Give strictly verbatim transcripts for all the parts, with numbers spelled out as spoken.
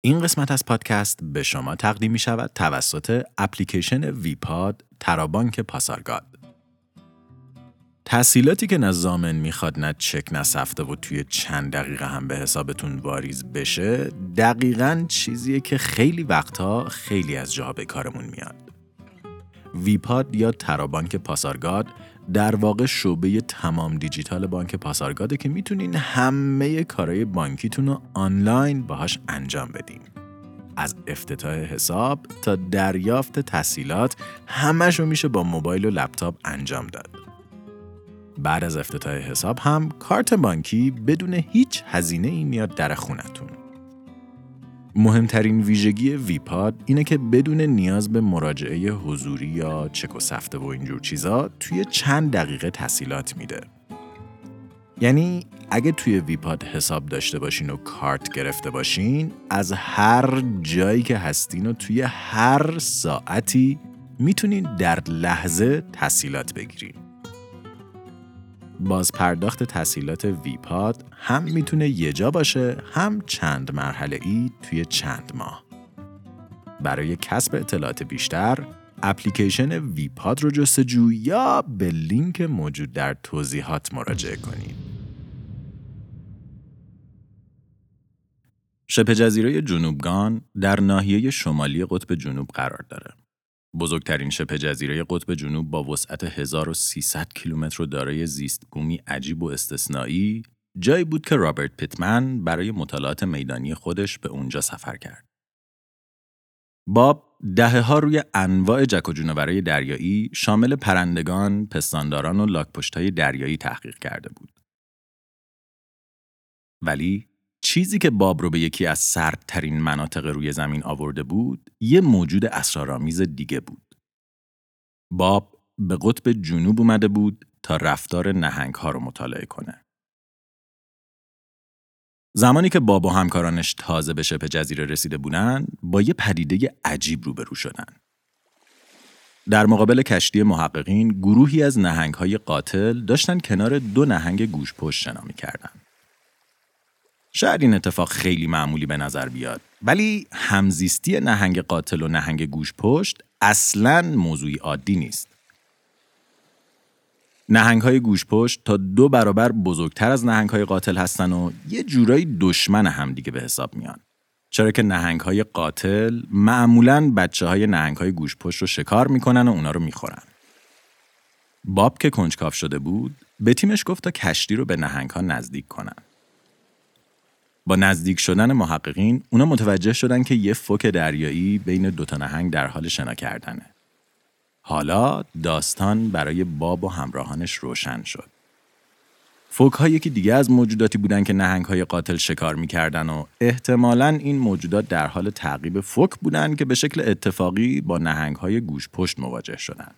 این قسمت از پادکست به شما تقدیم می شود توسط اپلیکیشن ویپاد ترابانک پاسارگاد. تسهیلاتی که نه ضامن میخواد نه چک نه سفته و توی چند دقیقه هم به حسابتون واریز بشه، دقیقاً چیزیه که خیلی وقتها خیلی از جاها به کارمون میاد. ویپاد یا ترابانک پاسارگاد در واقع شعبه تمام دیجیتال بانک پاسارگاده که میتونین همه کارهای بانکیتون رو آنلاین باهاش انجام بدین. از افتتاح حساب تا دریافت تسهیلات همه‌شو میشه با موبایل و لپتاپ انجام داد. بعد از افتتاح حساب هم کارت بانکی بدون هیچ هزینه‌ای میاد در خونتون. مهمترین ویژگی ویپاد اینه که بدون نیاز به مراجعه حضوری یا چک و سفته و اینجور چیزا توی چند دقیقه تسهیلات میده. یعنی اگه توی ویپاد حساب داشته باشین و کارت گرفته باشین، از هر جایی که هستین و توی هر ساعتی میتونین در لحظه تسهیلات بگیرین. باز پرداخت تسهیلات ویپاد هم میتونه یه جا باشه، هم چند مرحله ای توی چند ماه. برای کسب اطلاعات بیشتر، اپلیکیشن ویپاد رو جستجو یا به لینک موجود در توضیحات مراجعه کنید. شبه جزیره جنوبگان در ناحیه شمالی قطب جنوب قرار داره. بزرگترین شبه جزیره قطب جنوب با وسعت هزار و سیصد کیلومتر و دارای زیست بومی عجیب و استثنایی، جایی بود که رابرت پیتمن برای مطالعات میدانی خودش به اونجا سفر کرد. باب دهه‌ها روی انواع جک و جونورای دریایی شامل پرندگان، پستانداران و لاک‌پشت‌های دریایی تحقیق کرده بود. ولی چیزی که باب رو به یکی از سردترین مناطق روی زمین آورده بود، یه موجود اسرارآمیز دیگه بود. باب به قطب جنوب اومده بود تا رفتار نهنگ‌ها رو مطالعه کنه. زمانی که باب و همکارانش تازه به شبه جزیره رسیده بودن، با یه پدیده عجیب روبرو شدن. در مقابل کشتی محققین، گروهی از نهنگ‌های قاتل داشتن کنار دو نهنگ گوشت‌پشت شنا می‌کردن. شاید این اتفاق خیلی معمولی به نظر بیاد، ولی همزیستی نهنگ قاتل و نهنگ گوشت‌پشت اصلاً موضوعی عادی نیست. نهنگ‌های گوشت‌پشت تا دو برابر بزرگتر از نهنگ‌های قاتل هستن و یه جورایی دشمن همدیگه به حساب میان. چرا که نهنگ‌های قاتل معمولاً بچه‌های نهنگ‌های گوشت‌پشت رو شکار میکنن و اونا رو میخورن. باب که کنجکاو شده بود، به تیمش گفت تا کشتی رو به نهنگ‌ها نزدیک کنن. با نزدیک شدن محققین، اونا متوجه شدن که یه فوک دریایی بین دوتا نهنگ در حال شنا کردنه. حالا داستان برای باب و همراهانش روشن شد. فوک‌ها یکی دیگه از موجوداتی بودن که نهنگ‌های قاتل شکار می‌کردن و احتمالاً این موجودات در حال تعقیب فوک بودن که به شکل اتفاقی با نهنگ‌های گوشت‌پشت مواجه شدن.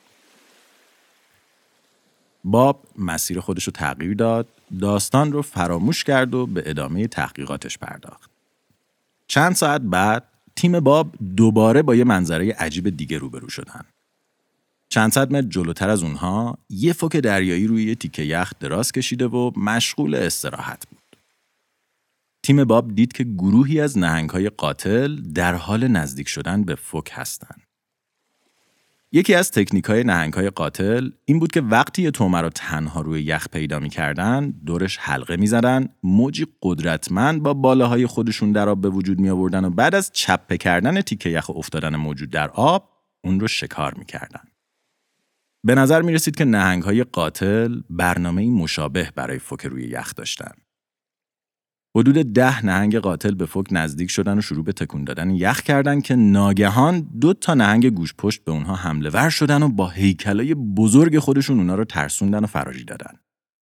باب مسیر خودش رو تغییر داد، داستان رو فراموش کرد و به ادامه تحقیقاتش پرداخت. چند ساعت بعد تیم باب دوباره با یه منظره عجیب دیگه روبرو شدن. چند صد متر جلوتر از اونها یه فوک دریایی روی یه تیکه یخ دراز کشیده و مشغول استراحت بود. تیم باب دید که گروهی از نهنگ‌های قاتل در حال نزدیک شدن به فوک هستن. یکی از تکنیک‌های نهنگ‌های قاتل این بود که وقتی یه تومه رو تنها روی یخ پیدا می‌کردن، دورش حلقه می‌زدن، موجی قدرتمند با بالاهای خودشون در آب به وجود می‌آوردن و بعد از چپه کردن تیکه یخ و افتادن موجود در آب، اون رو شکار می‌کردن. به نظر می‌رسید که نهنگ‌های قاتل برنامه‌ای مشابه برای فوک روی یخ داشتن. حدود ده نهنگ قاتل به فوک نزدیک شدن و شروع به تکون دادن یخ کردن که ناگهان دو تا نهنگ گوشت‌پشت به اونها حمله ور شدن و با هیکلای بزرگ خودشون اونا رو ترسوندن و فراری دادن.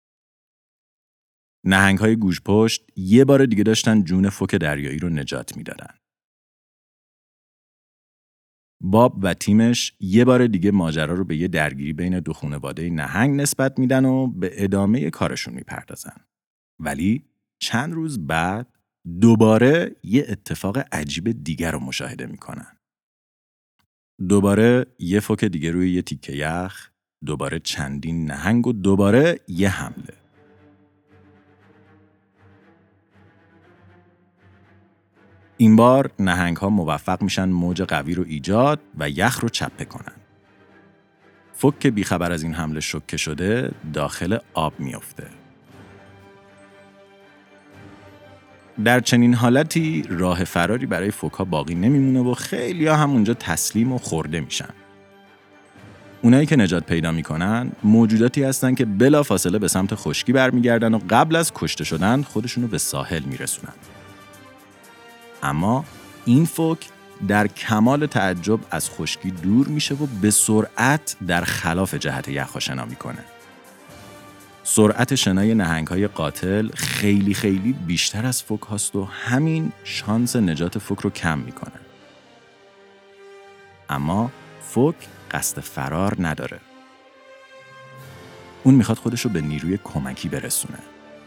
نهنگ‌های گوشت‌پشت یه بار دیگه داشتن جون فوک دریایی رو نجات میدادن. باب و تیمش یه بار دیگه ماجرا رو به یه درگیری بین دو خانواده نهنگ نسبت میدن و به ادامه کارشون میپردازن. ولی چند روز بعد دوباره یه اتفاق عجیب دیگر رو مشاهده میکنن. دوباره یه فوک دیگه روی یه تیکه یخ، دوباره چندین نهنگ و دوباره یه حمله. این بار نهنگ‌ها موفق میشن موج قوی رو ایجاد و یخ رو چپه کنن. فوک که بیخبر از این حمله شوکه شده داخل آب میفته. در چنین حالتی راه فراری برای فوک‌ها باقی نمیمونه و خیلی‌ها هم اونجا تسلیم و خورده میشن. اونایی که نجات پیدا میکنن موجوداتی هستن که بلا فاصله به سمت خشکی برمیگردن و قبل از کشته شدن خودشونو به ساحل میرسونن. اما این فوک در کمال تعجب از خشکی دور میشه و به سرعت در خلاف جهت یخ شنا میکنه. سرعت شنای نهنگ‌های قاتل خیلی خیلی بیشتر از فوک هاست و همین شانس نجات فوک رو کم میکنه. اما فوک قصد فرار نداره. اون میخواد خودش رو به نیروی کمکی برسونه.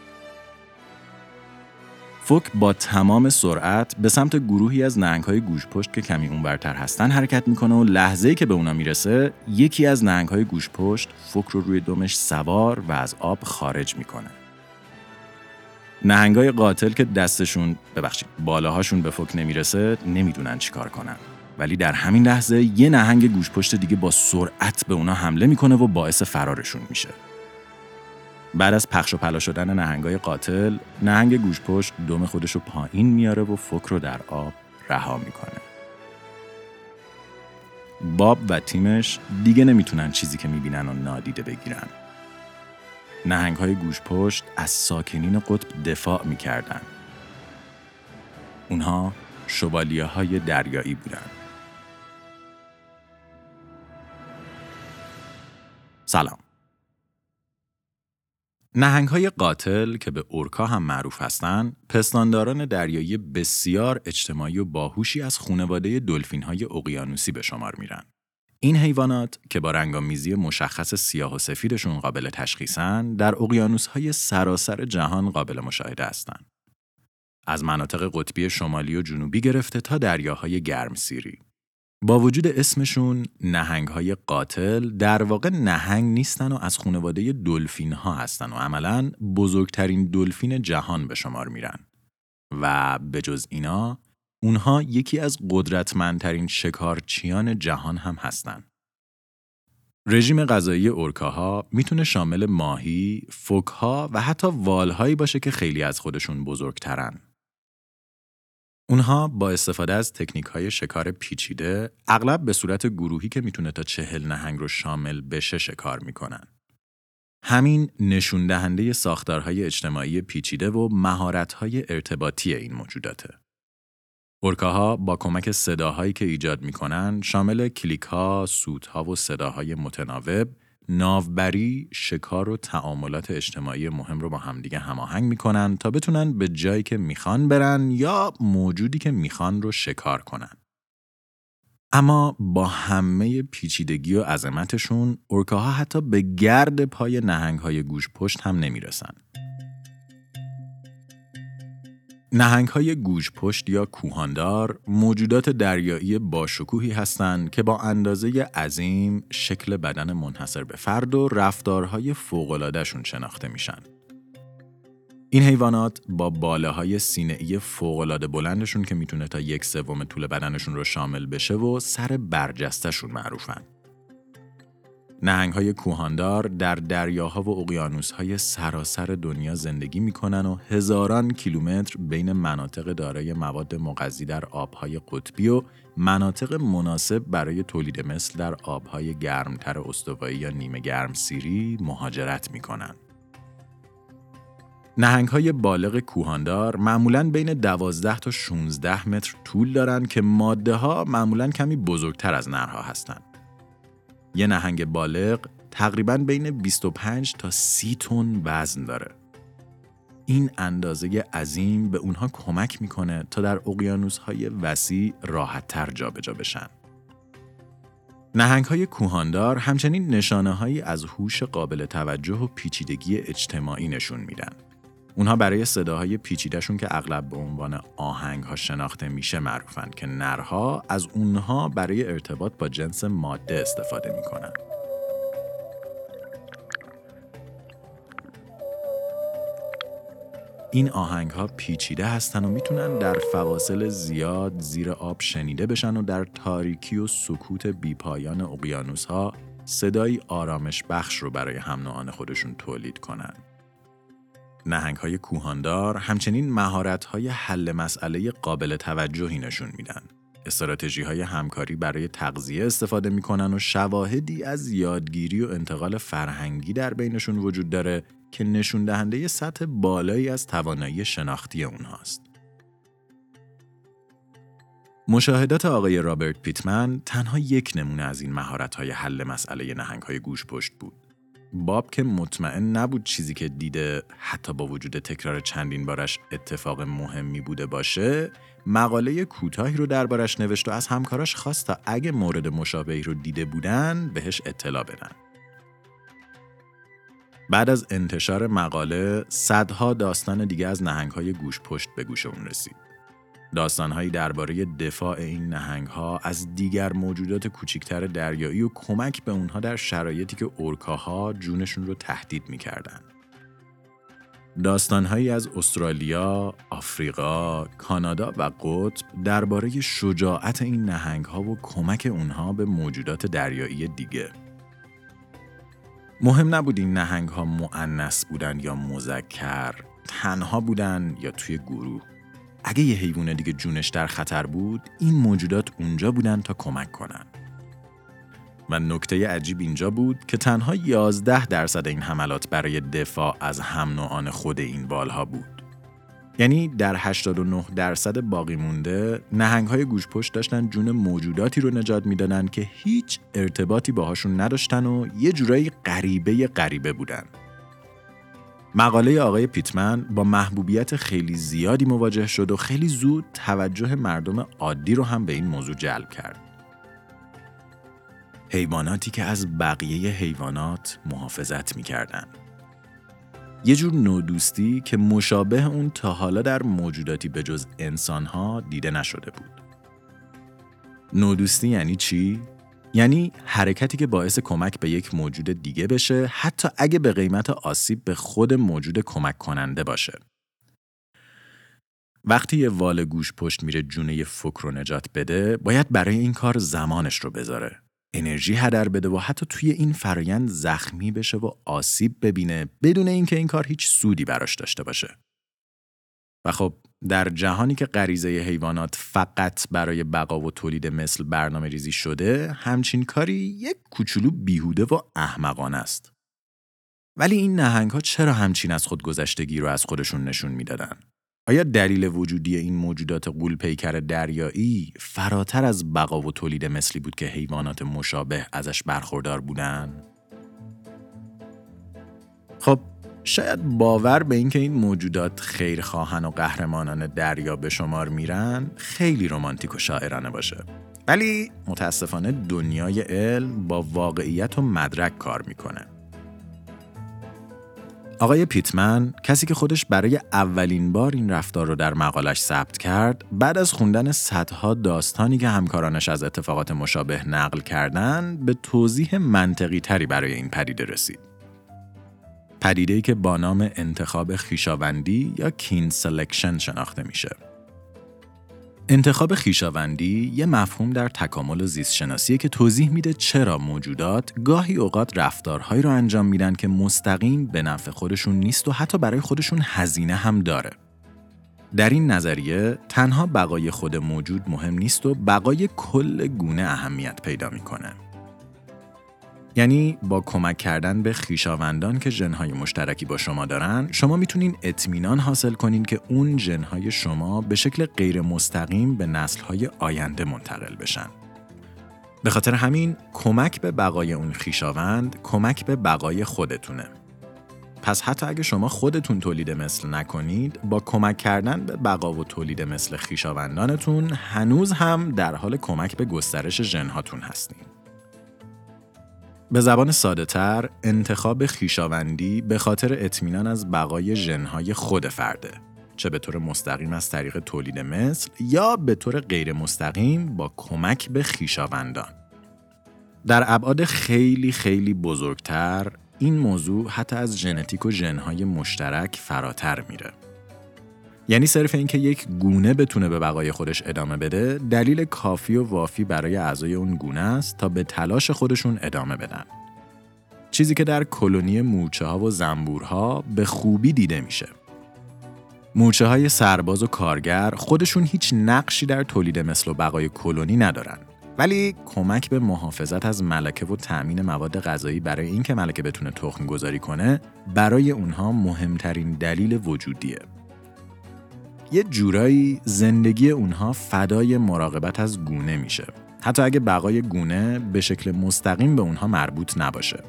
فوک با تمام سرعت به سمت گروهی از نهنگ‌های گوشت‌پشت که کمی اونورتر هستن حرکت میکنه و لحظه‌ای که به اونا میرسه یکی از نهنگ‌های گوشت‌پشت فوک رو روی دمش سوار و از آب خارج میکنه. نهنگ‌های قاتل که دستشون ببخشید بالاهاشون به فوک نمیرسه نمیدونن چیکار کنن، ولی در همین لحظه یه نهنگ گوشت‌پشت دیگه با سرعت به اونا حمله میکنه و باعث فرارشون میشه. بعد از پخش و پلا شدن نهنگای قاتل، نهنگ گوشت‌پشت دم خودش رو پایین میاره و فوک رو در آب رها میکنه. باب و تیمش دیگه نمیتونن چیزی که میبینن و نادیده بگیرن. نهنگ‌های گوشت‌پشت از ساکنین قطب دفاع میکردن. اونها شوالیه‌های دریایی بودن. سلام. نهنگ‌های قاتل که به اورکا هم معروف هستند، پستانداران دریایی بسیار اجتماعی و باهوشی از خانواده دلفین‌های اقیانوسی به شمار میرن. این حیوانات که با رنگامیزی مشخص سیاه و سفیدشون قابل تشخیصن، در اقیانوس‌های سراسر جهان قابل مشاهده هستند. از مناطق قطبی شمالی و جنوبی گرفته تا دریاهای گرمسیری. با وجود اسمشون نهنگ‌های قاتل در واقع نهنگ نیستن و از خانواده دلفین‌ها هستن و عملاً بزرگترین دلفین جهان به شمار میرن. و به جز اینا، اونها یکی از قدرتمندترین شکارچیان جهان هم هستن. رژیم غذایی اورکاها میتونه شامل ماهی، فوک‌ها و حتی والهایی باشه که خیلی از خودشون بزرگترن. اونها با استفاده از تکنیک‌های شکار پیچیده، اغلب به صورت گروهی که میتونه تا چهل نهنگ رو شامل بشه شکار میکنن. همین نشون دهنده ساختارهای اجتماعی پیچیده و مهارت‌های ارتباطی این موجوداته. اورکاها با کمک صداهایی که ایجاد میکنن، شامل کلیک‌ها، سوت‌ها و صداهای متناوب، ناوبری، شکار و تعاملات اجتماعی مهم رو با همدیگه هماهنگ میکنن تا بتونن به جایی که میخوان برن یا موجودی که میخوان رو شکار کنن. اما با همه پیچیدگی و عظمتشون، اورکاها حتی به گرد پای نهنگ‌های گوشت‌پشت هم نمیرسن. نهنگ‌های گوشت‌پشت یا کوهاندار موجودات دریایی باشکوهی هستند که با اندازه عظیم، شکل بدن منحصر به فرد و رفتارهای فوق‌العاده‌شون شناخته میشن. این حیوانات با باله‌های سینه‌ای فوق‌العاده بلندشون که میتونه تا یک سوم طول بدنشون رو شامل بشه و سر برجسته‌شون معروفن. نهنگ‌های کوهاندار در دریاها و اقیانوس‌های سراسر دنیا زندگی می‌کنن و هزاران کیلومتر بین مناطق دارای مواد مغذی در آب‌های قطبی و مناطق مناسب برای تولید مثل در آب‌های گرمتر استوایی یا نیمه گرم سیری مهاجرت می‌کنن. نهنگ‌های بالغ کوهاندار معمولاً بین دوازده تا شانزده متر طول دارن که ماده‌ها معمولاً کمی بزرگتر از نرها هستند. یه نهنگ بالغ تقریباً بین بیست و پنج تا سی تن وزن داره. این اندازه عظیم به اونها کمک میکنه تا در اقیانوس‌های وسیع راحت‌تر جابجا بشن. نهنگ‌های کوهاندار همچنین نشانه‌هایی از هوش قابل توجه و پیچیدگی اجتماعی نشون میدن. اونها برای صداهای پیچیده‌شون که اغلب به عنوان آهنگ‌ها شناخته میشه معروفن که نرها از اونها برای ارتباط با جنس ماده استفاده میکنن. این آهنگ‌ها پیچیده هستن و میتونن در فواصل زیاد زیر آب شنیده بشن و در تاریکی و سکوت بیپایان اقیانوس‌ها صدایی آرامش بخش رو برای هم نوعان خودشون تولید کنن. نهنگ‌های کوهاندار همچنین مهارت‌های حل مسئله قابل توجهی نشون میدن. استراتژی‌های همکاری برای تغذیه استفاده می‌کنن و شواهدی از یادگیری و انتقال فرهنگی در بینشون وجود داره که نشون دهنده سطح بالایی از توانایی شناختی اونهاست. مشاهدات آقای رابرت پیتمن تنها یک نمونه از این مهارت‌های حل مسئله نهنگ‌های گوشپشت بود. باب که مطمئن نبود چیزی که دیده حتی با وجود تکرار چندین بارش اتفاق مهمی بوده باشه، مقاله کوتاهی رو دربارش نوشت و از همکاراش خواست تا اگه مورد مشابهی رو دیده بودن بهش اطلاع بدن. بعد از انتشار مقاله، صدها داستان دیگه از نهنگ‌های گوشپشت به گوش اون رسید. داستان‌هایی درباره دفاع این نهنگ‌ها از دیگر موجودات کوچکتر دریایی و کمک به اونها در شرایطی که اورکاها جونشون رو تهدید می‌کردن. داستان‌هایی از استرالیا، آفریقا، کانادا و قطب درباره شجاعت این نهنگ‌ها و کمک اونها به موجودات دریایی دیگه. مهم نبود این نهنگ‌ها مؤنث بودن یا مذکر، تنها بودن یا توی گروه. اگه یه حیوان دیگه جونش در خطر بود، این موجودات اونجا بودن تا کمک کنن. و نکته عجیب اینجا بود که تنها یازده درصد این حملات برای دفاع از هم نوعان خود این بالها بود. یعنی در هشتاد و نه درصد باقی مونده، نهنگ‌های گوشپشت داشتن جون موجوداتی رو نجات میدادن که هیچ ارتباطی باهاشون نداشتن و یه جورایی غریبه غریبه بودن. مقاله آقای پیتمن با محبوبیت خیلی زیادی مواجه شد و خیلی زود توجه مردم عادی رو هم به این موضوع جلب کرد. حیواناتی که از بقیه حیوانات محافظت می‌کردن. یه جور نودوستی که مشابه اون تا حالا در موجوداتی به جز انسان‌ها دیده نشده بود. نودوستی یعنی چی؟ یعنی حرکتی که باعث کمک به یک موجود دیگه بشه، حتی اگه به قیمت آسیب به خود موجود کمک کننده باشه. وقتی یه وال گوش پشت میره جونه یه فوک رو نجات بده، باید برای این کار زمانش رو بذاره. انرژی هدر بده و حتی توی این فرایند زخمی بشه و آسیب ببینه بدون اینکه این کار هیچ سودی براش داشته باشه. و خب در جهانی که غریزه حیوانات فقط برای بقا و تولید مثل برنامه ریزی شده، همچین کاری یک کوچولو بیهوده و احمقانه است. ولی این نهنگ‌ها چرا همچین از خودگذشتگی رو از خودشون نشون میدادن؟ آیا دلیل وجودی این موجودات غول‌پیکر دریایی فراتر از بقا و تولید مثلی بود که حیوانات مشابه ازش برخوردار بودن؟ خب شاید باور به اینکه این موجودات خیرخواهان و قهرمانان دریا به شمار میرن خیلی رمانتیک و شاعرانه باشه. ولی متاسفانه دنیای علم با واقعیت و مدرک کار میکنه. آقای پیتمن، کسی که خودش برای اولین بار این رفتار رو در مقالش ثبت کرد، بعد از خوندن صدها داستانی که همکارانش از اتفاقات مشابه نقل کردن، به توضیح منطقی تری برای این پدیده رسید. پدیده‌ای که با نام انتخاب خویشاوندی یا کین سلکشن شناخته میشه. انتخاب خویشاوندی یه مفهوم در تکامل و زیست شناسیه که توضیح میده چرا موجودات گاهی اوقات رفتارهایی رو انجام میدن که مستقیم به نفع خودشون نیست و حتی برای خودشون هزینه هم داره. در این نظریه تنها بقای خود موجود مهم نیست و بقای کل گونه اهمیت پیدا میکنه. یعنی با کمک کردن به خویشاوندان که ژن‌های مشترکی با شما دارن، شما میتونین اطمینان حاصل کنین که اون ژن‌های شما به شکل غیر مستقیم به نسل‌های آینده منتقل بشن. به خاطر همین کمک به بقای اون خویشاوند کمک به بقای خودتونه. پس حتی اگه شما خودتون تولید مثل نکنید، با کمک کردن به بقا و تولید مثل خویشاوندانتون هنوز هم در حال کمک به گسترش ژن‌هاتون هستین. به زبان ساده تر، انتخاب خویشاوندی به خاطر اطمینان از بقای ژن‌های خود فرده، چه به طور مستقیم از طریق تولید مثل یا به طور غیر مستقیم با کمک به خویشاوندان. در ابعاد خیلی خیلی بزرگتر، این موضوع حتی از ژنتیک و ژن‌های مشترک فراتر میره. یعنی صرف این که یک گونه بتونه به بقای خودش ادامه بده دلیل کافی و وافی برای اعضای اون گونه است تا به تلاش خودشون ادامه بدن. چیزی که در کلونی مورچه‌ها و زنبورها به خوبی دیده میشه. مورچه‌های سرباز و کارگر خودشون هیچ نقشی در تولید مثل و بقای کلونی ندارن، ولی کمک به محافظت از ملکه و تأمین مواد غذایی برای اینکه ملکه بتونه تخم گذاری کنه برای اونها مهمترین دلیل وجودیه. یه جورایی زندگی اونها فدای مراقبت از گونه میشه، حتی اگه بقای گونه به شکل مستقیم به اونها مربوط نباشه.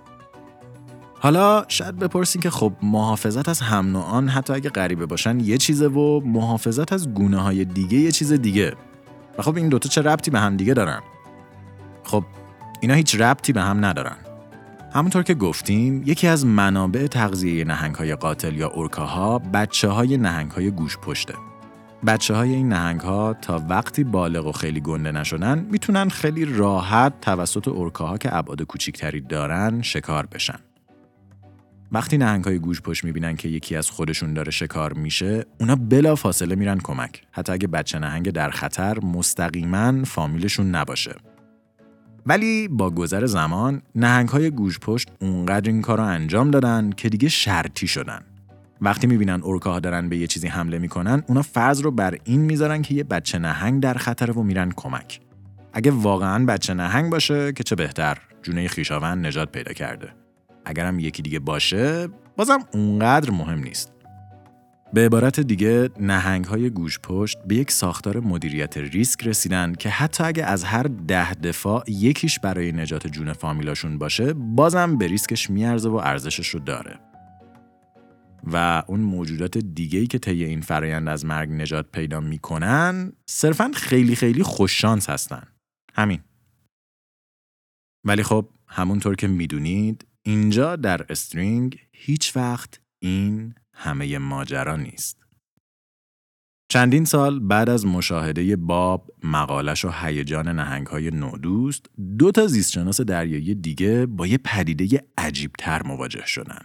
حالا شاید بپرسین که خب محافظت از هم نوعان حتی اگه غریبه باشن یه چیزه و محافظت از گونه های دیگه یه چیز دیگه. و خب این دوتا چه ربطی به هم دیگه دارن؟ خب اینا هیچ ربطی به هم ندارن. همونطور که گفتیم یکی از منابع تغذیه نهنگ‌های قاتل یا اورکاها بچه‌های نهنگ‌های گوشت‌پشته. بچه‌های این نهنگ‌ها تا وقتی بالغ و خیلی گنده نشدن میتونن خیلی راحت توسط اورکاها که ابعاد کوچیک‌تری دارن شکار بشن. وقتی نهنگ‌های گوشت‌پشت می‌بینن که یکی از خودشون داره شکار میشه، اونا بلا فاصله میرن کمک، حتی اگه بچه نهنگ در خطر مستقیما فامیلشون نباشه. ولی با گذر زمان نهنگ‌های گوشت‌پشت اونقدر این کارو انجام دادن که دیگه شرطی شدن. وقتی می‌بینن اورکاها دارن به یه چیزی حمله می‌کنن، اونا فرض رو بر این می‌ذارن که یه بچه نهنگ در خطره و میرن کمک. اگه واقعاً بچه نهنگ باشه که چه بهتر، جونه خویشاوند نجات پیدا کرده. اگرم یکی دیگه باشه بازم اونقدر مهم نیست. به عبارت دیگه نهنگ‌های گوشت‌پشت به یک ساختار مدیریت ریسک رسیدن که حتی اگه از هر ده دفاع یکیش برای نجات جون فامیلاشون باشه بازم به ریسکش میارزه و ارزشش رو داره. و اون موجودات دیگه‌ای که طی این فرایند از مرگ نجات پیدا میکنن صرفاً خیلی خیلی خوششانس هستن. همین. ولی خب همونطور که میدونید اینجا در استرینگ هیچ وقت این همه ماجرا نیست. چندین سال بعد از مشاهده باب، مقالش و هیجان نهنگ‌های نودوست، دو تا زیستشناس دریایی دیگه با یه پدیده عجیب‌تر مواجه شدن.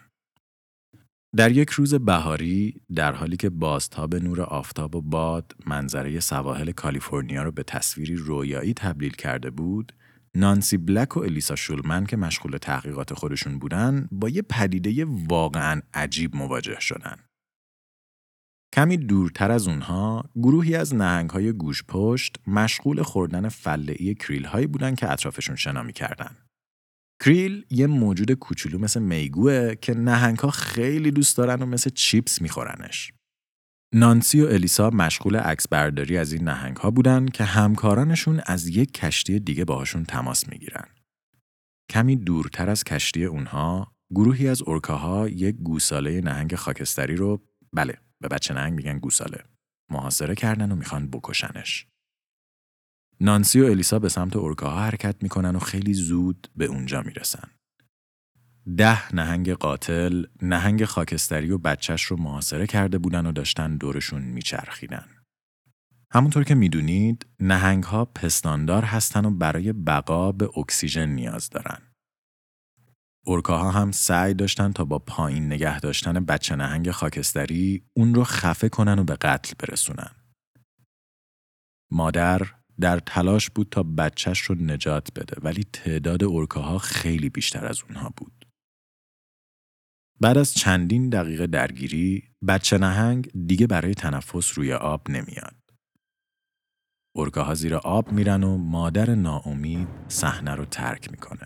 در یک روز بهاری، در حالی که بازتاب نور آفتاب و باد منظره سواحل کالیفرنیا رو به تصویری رویایی تبدیل کرده بود، نانسی بلک و الیسا شولمن که مشغول تحقیقات خودشون بودن با یه پدیده واقعاً عجیب مواجه شدن. کمی دورتر از اونها گروهی از نهنگ‌های گوشت‌پشت مشغول خوردن فله‌ای کریل‌هایی بودن که اطرافشون شنا می‌کردن. کریل یه موجود کوچولو مثل میگوه که نهنگ‌ها خیلی دوست دارن و مثل چیپس می‌خورنش. نانسی و الیسا مشغول عکس برداری از این نهنگ‌ها بودن که همکارانشون از یک کشتی دیگه باهاشون تماس میگیرن. کمی دورتر از کشتی اونها، گروهی از اورکاها یک گوساله نهنگ خاکستری رو، بله، به بچه نهنگ میگن گوساله، محاصره کردن و میخوان بکشنش. نانسی و الیسا به سمت اورکاها حرکت میکنن و خیلی زود به اونجا میرسن. ده نهنگ قاتل، نهنگ خاکستری و بچهش رو محاصره کرده بودن و داشتن دورشون میچرخیدن. همونطور که میدونید، نهنگ‌ها پستاندار هستن و برای بقا به اکسیژن نیاز دارن. اورکاها هم سعی داشتن تا با پایین نگه داشتن بچه نهنگ خاکستری اون رو خفه کنن و به قتل برسونن. مادر در تلاش بود تا بچهش رو نجات بده، ولی تعداد اورکاها خیلی بیشتر از اونها بود. بعد از چندین دقیقه درگیری، بچه نهنگ دیگه برای تنفس روی آب نمیاد. اورکاها زیر آب میرن و مادر ناامید صحنه رو ترک میکنه.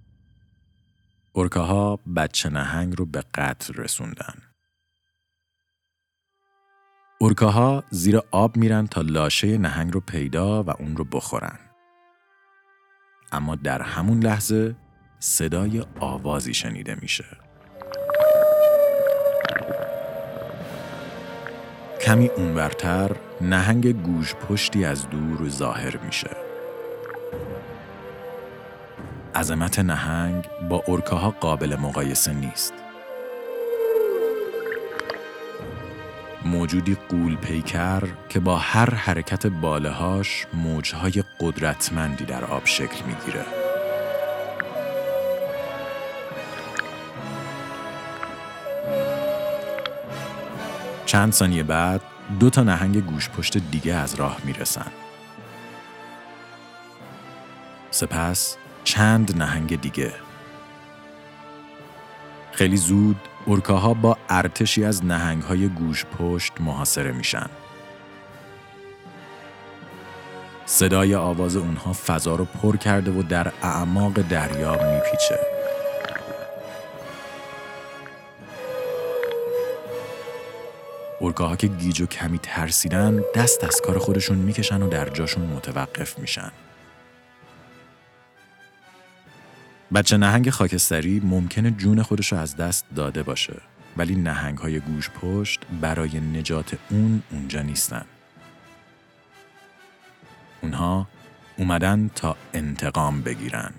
اورکاها بچه نهنگ رو به قتل رسوندن. اورکاها زیر آب میرن تا لاشه نهنگ رو پیدا و اون رو بخورن. اما در همون لحظه صدای آوازی شنیده میشه. کمی اونورتر نهنگ گوشت‌پشتی از دور ظاهر میشه. عظمت نهنگ با اورکاها قابل مقایسه نیست. موجودی غول پیکر که با هر حرکت بالهاش موجهای قدرتمندی در آب شکل میگیره. چند ثانیه بعد دو تا نهنگ گوشپشت دیگه از راه میرسن. سپس چند نهنگ دیگه. خیلی زود اورکاها با ارتشی از نهنگ‌های گوشپشت محاصره میشن. صدای آواز اونها فضا رو پر کرده و در اعماق دریا میپیچه. اورکاها که گیج و کمی ترسیدن دست از کار خودشون میکشن و در جاشون متوقف میشن. بچه نهنگ خاکستری ممکنه جون خودشو از دست داده باشه، ولی نهنگ‌های گوشپشت برای نجات اون اونجا نیستن. اونها اومدن تا انتقام بگیرن.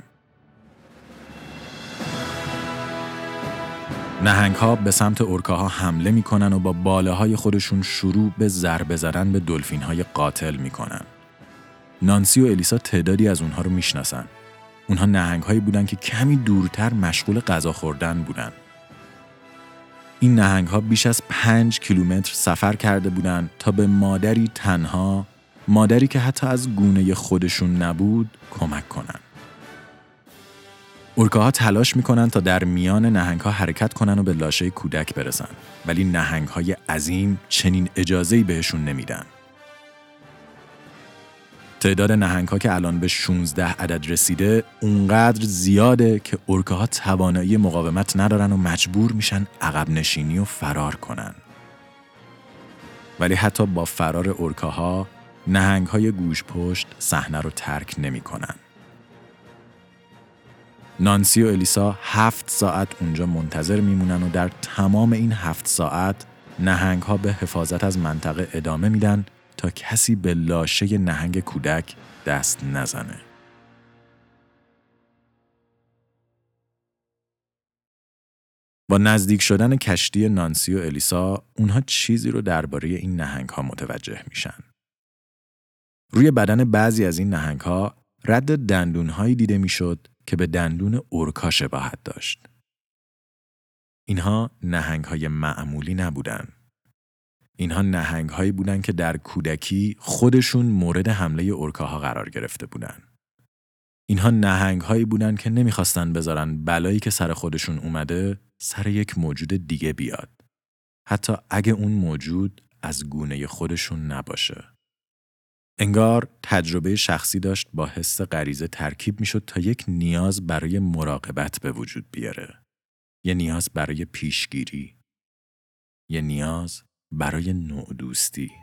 نهنگ‌ها به سمت اورکاها حمله میکنن و با باله‌های خودشون شروع به ضربه زدن به دلفین‌های قاتل میکنن. نانسی و الیسا تعدادی از اونها رو میشناسن. اونها نهنگ‌هایی بودن که کمی دورتر مشغول غذا خوردن بودن. این نهنگ‌ها بیش از پنج کیلومتر سفر کرده بودن تا به مادری تنها، مادری که حتی از گونه خودشون نبود، کمک کنن. اورکاها تلاش میکنن تا در میان نهنگ‌ها حرکت کنن و به لاشه کودک برسن، ولی نهنگ‌های عظیم چنین اجازه‌ای بهشون نمیدن. تعداد نهنگ‌ها که الان به شانزده عدد رسیده اونقدر زیاده که اورکاها توانایی مقاومت ندارن و مجبور میشن عقب نشینی و فرار کنن. ولی حتی با فرار اورکاها نهنگ‌های گوشپشت صحنه رو ترک نمی‌کنن. نانسی و الیسا هفت ساعت اونجا منتظر میمونن و در تمام این هفت ساعت نهنگ‌ها به حفاظت از منطقه ادامه میدن تا کسی به لاشه نهنگ کودک دست نزنه. با نزدیک شدن کشتی نانسی و الیسا، اونها چیزی رو درباره این نهنگ‌ها متوجه میشن. روی بدن بعضی از این نهنگ‌ها رد دندون‌هایی دیده میشد که به دندون اورکا شباهت داشت. اینها نهنگ‌های معمولی نبودن. اینها نهنگ‌هایی بودن که در کودکی خودشون مورد حمله اورکاها قرار گرفته بودن. اینها نهنگ‌هایی بودن که نمیخواستن بذارن بلایی که سر خودشون اومده سر یک موجود دیگه بیاد. حتی اگه اون موجود از گونه خودشون نباشه. انگار تجربه شخصی داشت با حس غریزه ترکیب میشد تا یک نیاز برای مراقبت به وجود بیاره. یه نیاز برای پیشگیری. یه نیاز برای نوع دوستی.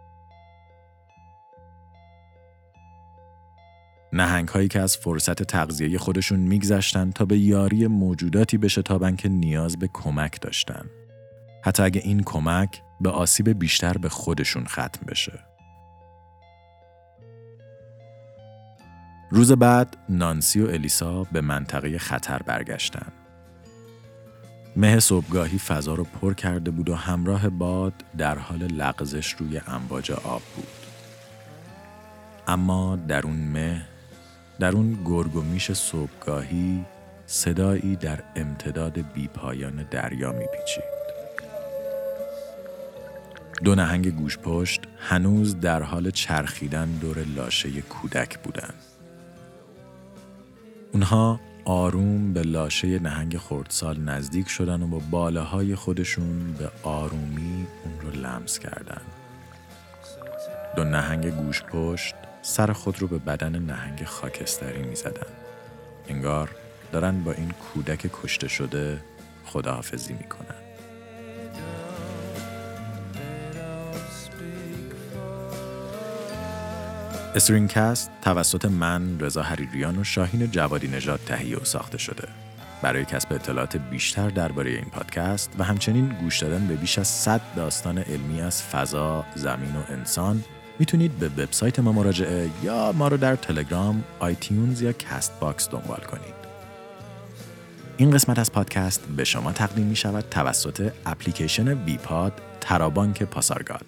نهنگ‌هایی که از فرصت تغذیه خودشون میگذشتن تا به یاری موجوداتی بشتابن که نیاز به کمک داشتن. حتی اگه این کمک به آسیب بیشتر به خودشون ختم بشه. روز بعد نانسی و الیسا به منطقه خطر برگشتن. مه صبحگاهی فضا رو پر کرده بود و همراه باد در حال لغزش روی امواج آب بود. اما در اون مه، در اون گرگ و میش صبحگاهی، صدایی در امتداد بیپایان دریا میپیچید. دو نهنگ گوشپشت هنوز در حال چرخیدن دور لاشه کودک بودند. اونها آروم به لاشه نهنگ خردسال نزدیک شدن و با بالاهای خودشون به آرومی اون رو لمس کردن. دو نهنگ گوشپشت سر خود رو به بدن نهنگ خاکستری می زدن. انگار دارن با این کودک کشته شده خداحافظی می کنن. استرینگ‌کست توسط من، رضا حریریان و شاهین جوادی نژاد تهیه و ساخته شده. برای کسب اطلاعات بیشتر درباره این پادکست و همچنین گوش دادن به بیش از صد داستان علمی از فضا، زمین و انسان میتونید به وبسایت ما مراجعه یا ما رو در تلگرام، آیتیونز یا کست باکس دنبال کنید. این قسمت از پادکست به شما تقدیم می شود توسط اپلیکیشن ویپاد ترابانک پاسارگاد.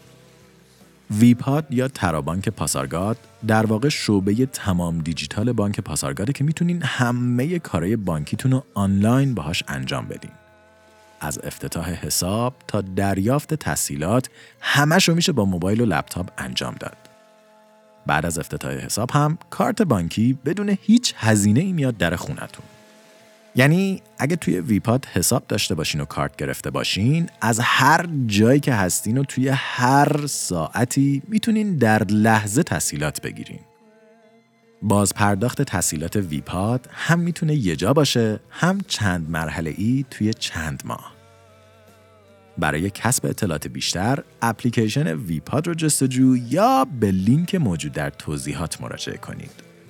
ویپاد یا ترابانک پاسارگاد در واقع شعبه تمام دیجیتال بانک پاسارگاده که میتونین همه کارهای بانکیتون رو آنلاین باهاش انجام بدین. از افتتاح حساب تا دریافت تسهیلات همه‌شو میشه با موبایل و لپتاپ انجام داد. بعد از افتتاح حساب هم کارت بانکی بدون هیچ هزینه‌ای میاد در خونتون. یعنی اگه توی ویپاد حساب داشته باشین و کارت گرفته باشین، از هر جایی که هستین و توی هر ساعتی میتونین در لحظه تسهیلات بگیرین. باز پرداخت تسهیلات ویپاد هم میتونه یه جا باشه، هم چند مرحله‌ای توی چند ماه. برای کسب اطلاعات بیشتر، اپلیکیشن ویپاد رو جستجو یا به لینک موجود در توضیحات مراجعه کنید.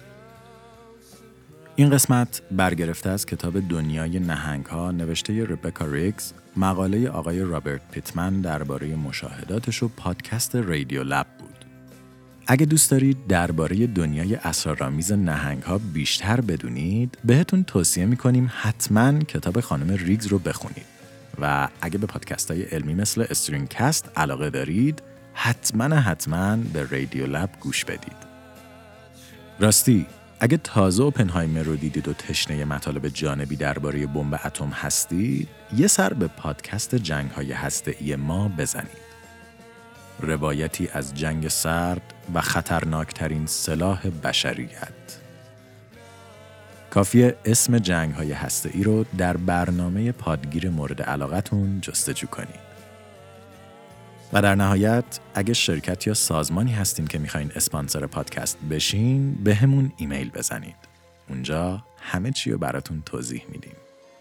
این قسمت برگرفته از کتاب دنیای نهنگ‌ها نوشته ربکا ریگز، مقاله آقای رابرت پیتمن درباره مشاهداتش و پادکست رادیو لب بود. اگه دوست دارید درباره دنیای اسرارآمیز نهنگ‌ها بیشتر بدونید، بهتون توصیه می‌کنیم حتماً کتاب خانم ریگز رو بخونید. و اگه به پادکست‌های علمی مثل استرینگ‌کست علاقه دارید، حتماً حتماً به رادیو لب گوش بدید. راستی اگه تازه اوپنهایمر رو دیدید و تشنه مطالب جانبی درباره بمب اتم هستید، یه سر به پادکست جنگ‌های هسته‌ای ما بزنید. روایتی از جنگ سرد و خطرناکترین سلاح بشریت. کافیه اسم جنگ‌های هسته‌ای رو در برنامه پادگیر مورد علاقتون جستجو کنید. و در نهایت اگه شرکت یا سازمانی هستین که میخواین اسپانسر پادکست بشین، به همون ایمیل بزنید. اونجا همه چی رو براتون توضیح میدیم.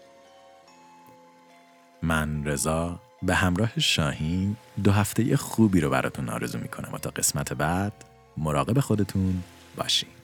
من رضا به همراه شاهین دو هفته خوبی رو براتون آرزو میکنم و تا قسمت بعد مراقب خودتون باشین.